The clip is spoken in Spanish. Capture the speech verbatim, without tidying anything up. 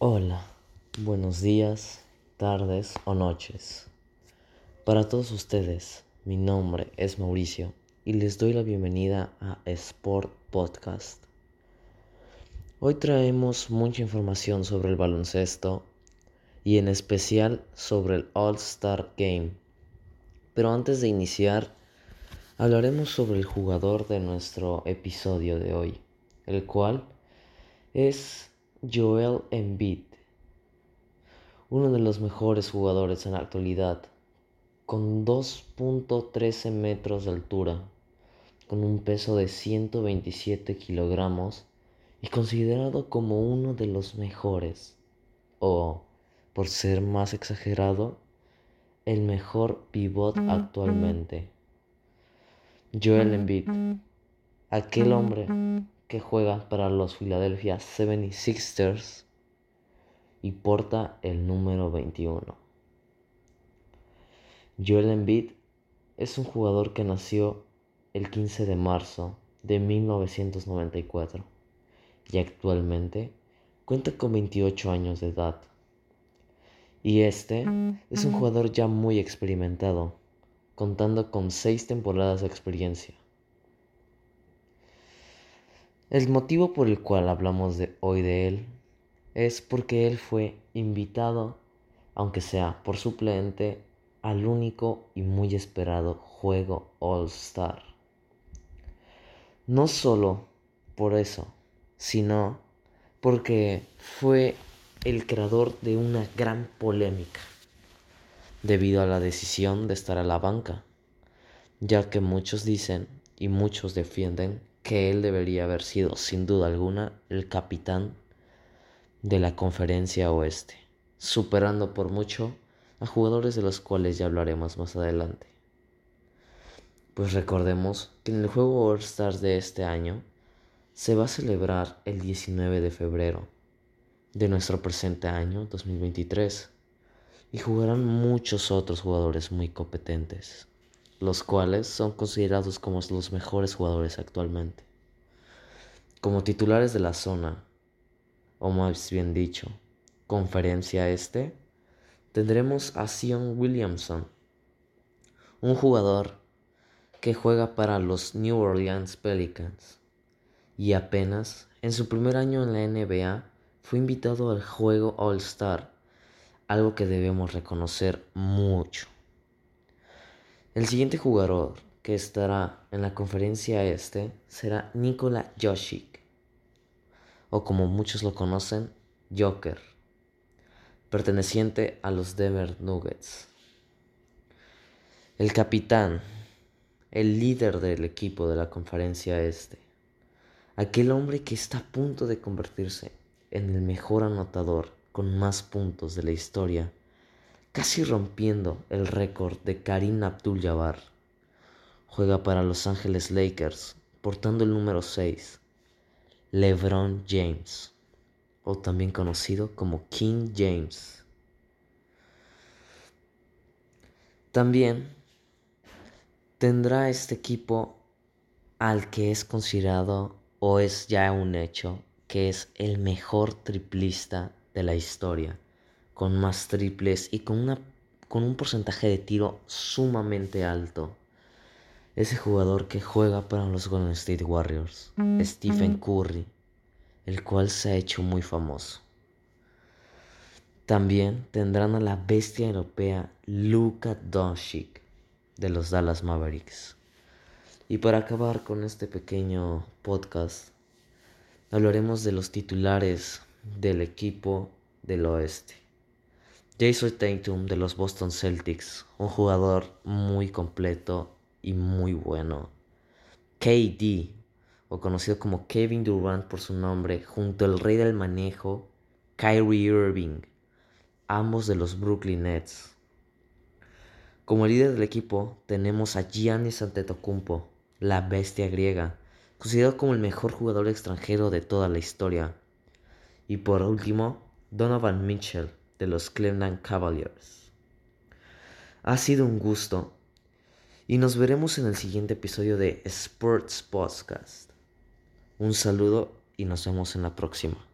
Hola, buenos días, tardes o noches. Para todos ustedes, mi nombre es Mauricio y les doy la bienvenida a Sport Podcast. Hoy traemos mucha información sobre el baloncesto y en especial sobre el All-Star Game. Pero antes de iniciar, hablaremos sobre el jugador de nuestro episodio de hoy, el cual es Joel Embiid, uno de los mejores jugadores en la actualidad, con dos punto trece metros de altura, con un peso de ciento veintisiete kilogramos y considerado como uno de los mejores, o, por ser más exagerado, el mejor pivot actualmente. Joel Embiid, aquel hombre que juega para los Philadelphia setenta y seis ers y porta el número veintiuno. Joel Embiid es un jugador que nació el quince de marzo de mil novecientos noventa y cuatro y actualmente cuenta con veintiocho años de edad. Y este es un jugador ya muy experimentado, contando con seis temporadas de experiencia. El motivo por el cual hablamos de hoy de él es porque él fue invitado, aunque sea por suplente, al único y muy esperado juego All-Star. No solo por eso, sino porque fue el creador de una gran polémica debido a la decisión de estar a la banca, ya que muchos dicen y muchos defienden que él debería haber sido sin duda alguna el capitán de la Conferencia Oeste, superando por mucho a jugadores de los cuales ya hablaremos más adelante. Pues recordemos que en el juego All Stars de este año se va a celebrar el diecinueve de febrero de nuestro presente año dos mil veintitrés y jugarán muchos otros jugadores muy competentes, los cuales son considerados como los mejores jugadores actualmente. Como titulares de la zona, o más bien dicho, Conferencia Este, tendremos a Zion Williamson, un jugador que juega para los New Orleans Pelicans y apenas en su primer año en la N B A fue invitado al juego All-Star, algo que debemos reconocer mucho. El siguiente jugador que estará en la Conferencia Este será Nikola Jokic, o como muchos lo conocen, Joker, perteneciente a los Denver Nuggets. El capitán, el líder del equipo de la Conferencia Este, aquel hombre que está a punto de convertirse en el mejor anotador con más puntos de la historia, casi rompiendo el récord de Kareem Abdul-Jabbar. Juega para Los Ángeles Lakers, portando el número seis, LeBron James, o también conocido como King James. También tendrá este equipo al que es considerado, o es ya un hecho, que es el mejor triplista de la historia, con más triples y con, una, con un porcentaje de tiro sumamente alto. Ese jugador que juega para los Golden State Warriors, Stephen Curry, el cual se ha hecho muy famoso. También tendrán a la bestia europea Luka Doncic de los Dallas Mavericks. Y para acabar con este pequeño podcast, hablaremos de los titulares del equipo del oeste. Jason Tatum de los Boston Celtics, un jugador muy completo y muy bueno. K D, o conocido como Kevin Durant por su nombre, junto al rey del manejo, Kyrie Irving, ambos de los Brooklyn Nets. Como líder del equipo tenemos a Giannis Antetokounmpo, la bestia griega, considerado como el mejor jugador extranjero de toda la historia. Y por último, Donovan Mitchell de los Cleveland Cavaliers. Ha sido un gusto y nos veremos en el siguiente episodio de Sports Podcast. Un saludo y nos vemos en la próxima.